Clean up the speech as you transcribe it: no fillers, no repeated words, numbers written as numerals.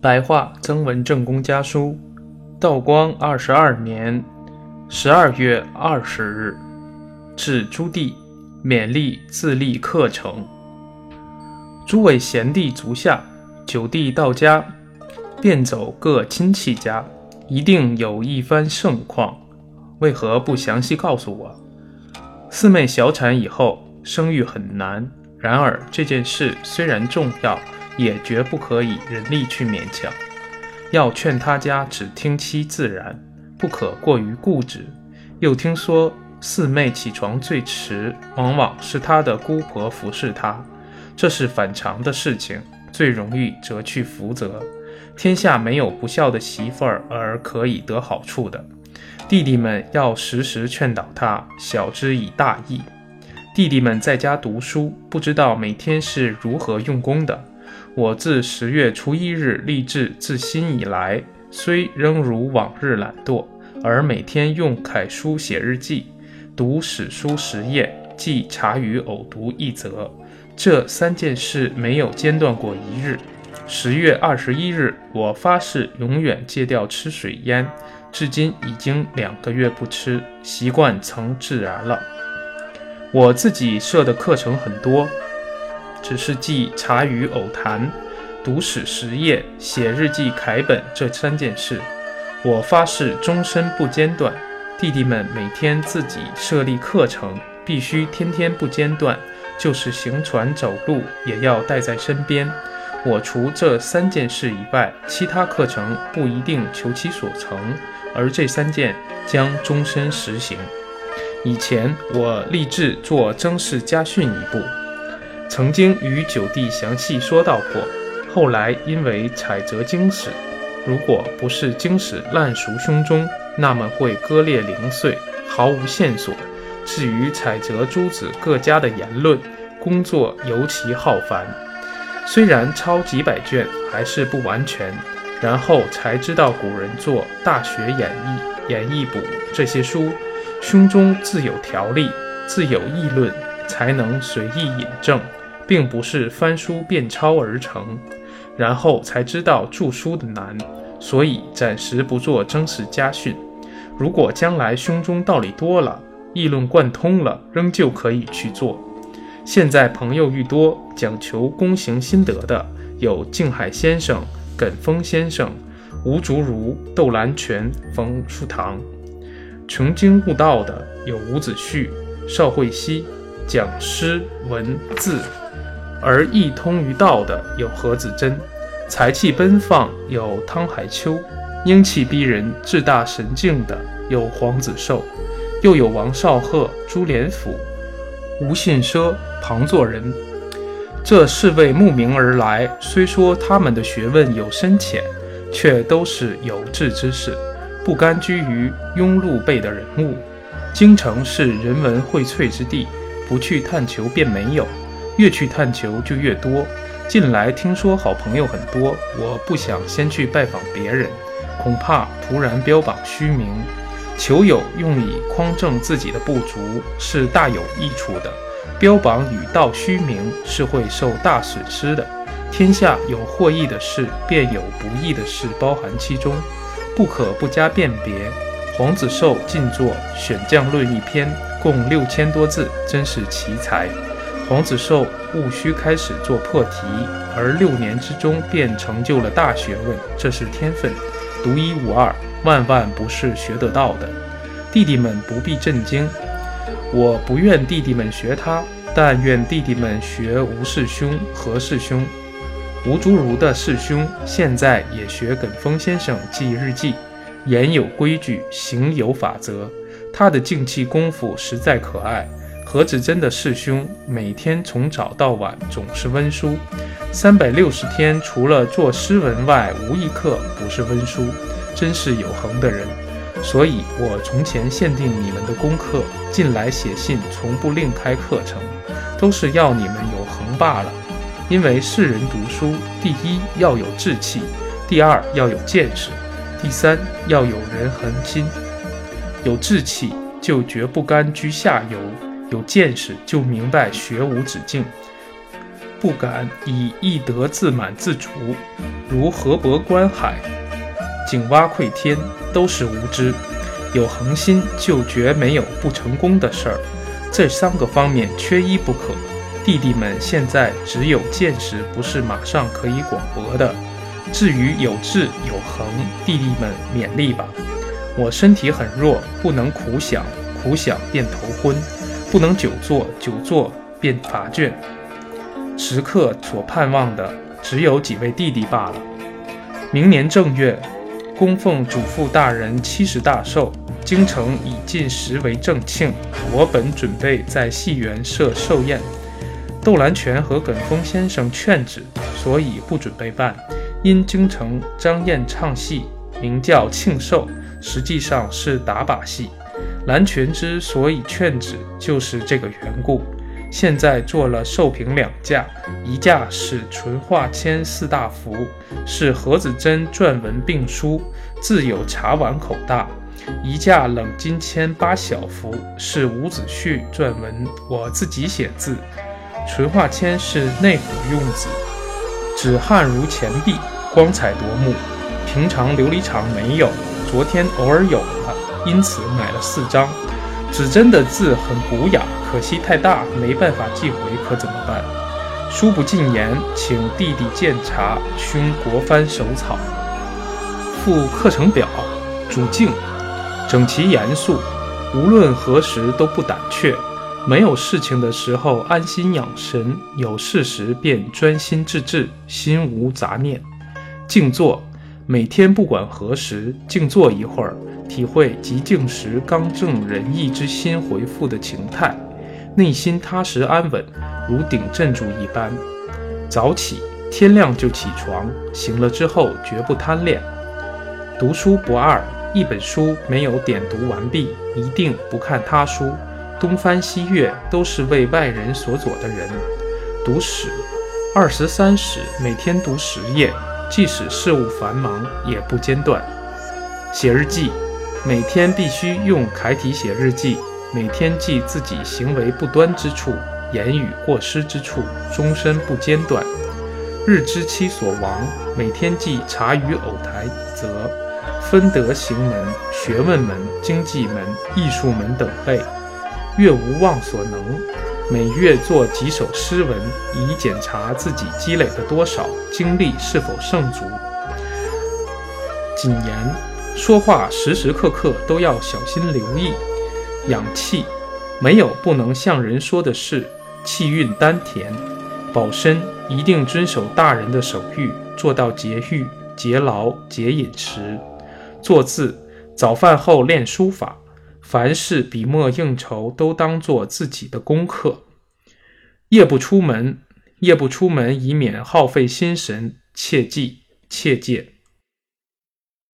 白话曾文正公家书，道光22年12月20日，致诸弟，勉励自立课程。诸位贤弟足下，九弟到家，便走各亲戚家，一定有一番盛况，为何不详细告诉我？四妹小产以后，生育很难，然而这件事虽然重要，也绝不可以人力去勉强，要劝他家只听其自然，不可过于固执。又听说四妹起床最迟，往往是她的姑婆服侍她，这是反常的事情，最容易折去福泽。天下没有不孝的媳妇儿而可以得好处的，弟弟们要时时劝导她，晓之以大义。弟弟们在家读书，不知道每天是如何用功的。我自10月初1日立志自新以来，虽仍如往日懒惰，而每天用楷书写日记，读史书10页，记茶语偶读1则，这3件事没有间断过一日。10月21日，我发誓永远戒掉吃水烟，至今已经2个月不吃，习惯成自然了。我自己设的课程很多，只是记茶语偶谈、读史10页、写日记楷本这3件事，我发誓终身不间断。弟弟们每天自己设立课程，必须天天不间断，就是行船走路也要带在身边。我除这3件事以外，其他课程不一定求其所成，而这3件将终身实行。以前我立志做曾氏家训一部，曾经与九弟详细说到过，后来因为采择经史，如果不是经史烂熟胸中，那么会割裂零碎，毫无线索。至于采择诸子各家的言论，工作尤其浩繁，虽然抄几百卷，还是不完全。然后才知道古人做《大学演义》《演义补》这些书，胸中自有条例，自有议论，才能随意引证，并不是翻书便抄而成。然后才知道著书的难，所以暂时不做曾氏家训。如果将来胸中道理多了，议论贯通了，仍旧可以去做。现在朋友愈多，讲求躬行心得的有静海先生、耿峰先生、吴竹如、窦兰泉、冯树堂；穷经悟道的有伍子胥、邵慧熙，讲诗文字而意通于道的有何子珍，才气奔放有汤海秋，英气逼人志大神境的有黄子寿，又有王少鹤、朱连甫、吴信奢、庞作人。这是为慕名而来，虽说他们的学问有深浅，却都是有志之士，不甘居于庸碌辈的人物。京城是人文荟萃之地，不去探求便没有，越去探求就越多。近来听说好朋友很多，我不想先去拜访别人，恐怕突然标榜虚名。求友用以匡正自己的不足，是大有益处的。标榜与道虚名，是会受大损失的。天下有获益的事，便有不义的事包含其中，不可不加辨别。黄子寿近作《选将论》1篇，共6000多字，真是奇才。黄子寿务须开始做破题，而6年之中便成就了大学问，这是天分，独一无二，万万不是学得到的。弟弟们不必震惊，我不愿弟弟们学他，但愿弟弟们学吴氏兄、何氏兄。吴竹如的氏兄现在也学耿峰先生记日记，言有规矩，行有法则，他的静气功夫实在可爱。何子珍的氏兄每天从早到晚总是温书，360天除了做诗文外，无一刻不是温书，真是有恒的人。所以我从前限定你们的功课，近来写信从不另开课程，都是要你们有恒罢了。因为世人读书，第一要有志气，第二要有见识，第三要有人恒心。有志气就绝不甘居下游，有见识就明白学无止境， 不敢以一德自满自足，如河伯观海、井蛙窥天，都是无知。有恒心就绝没有不成功的事儿，这3个方面缺一不可。弟弟们现在只有见识，不是马上可以广博的。至于有志有恒，弟弟们勉励吧。我身体很弱，不能苦想，苦想便头昏；不能久坐，久坐便乏倦。时刻所盼望的只有几位弟弟罢了。明年正月，供奉主父大人70大寿，京城已近时为正庆，我本准备在戏园设寿宴。窦兰泉和耿峰先生劝止，所以不准备办。因京城张燕唱戏，名叫庆寿，实际上是打把戏。兰泉之所以劝止，就是这个缘故。现在做了寿屏2架，一架是淳化谦4大幅，是何子珍撰文并书，自有茶碗口大；一架冷金谦8小幅，是伍子胥撰文，我自己写字。淳化谦是内府用子，纸汉如钱币，光彩夺目，平常琉璃厂没有，昨天偶尔有了，因此买了4张。纸真的字很古雅，可惜太大，没办法寄回，可怎么办？书不尽言，请弟弟鉴察，兄国藩手草。附课程表，主静，整齐严肃，无论何时都不胆怯。没有事情的时候安心养神，有事时便专心致志，心无杂念。静坐，每天不管何时静坐一会儿，体会极静时刚正仁义之心回复的情态，内心踏实安稳，如顶镇住一般。早起，天亮就起床，醒了之后绝不贪恋。读书不二，一本书没有点读完毕，一定不看他书。东翻西阅都是为外人所佐的人。读史，23史每天读10页，即使事务繁忙也不间断。写日记，每天必须用楷体写日记，每天记自己行为不端之处，言语过失之处，终身不间断。日之期所亡，每天记茶余偶谈1则，分得行门、学问门、经济门、艺术门等类。月无忘所能，每月做几首诗文，以检查自己积累的多少，精力是否胜足。谨言，说话时时刻刻都要小心留意。养气，没有不能向人说的事，气运丹田。保身，一定遵守大人的手谕，做到节欲、节劳、节饮食。做字，早饭后练书法。凡事笔墨应酬都当作自己的功课。夜不出门，以免耗费心神，切记切戒。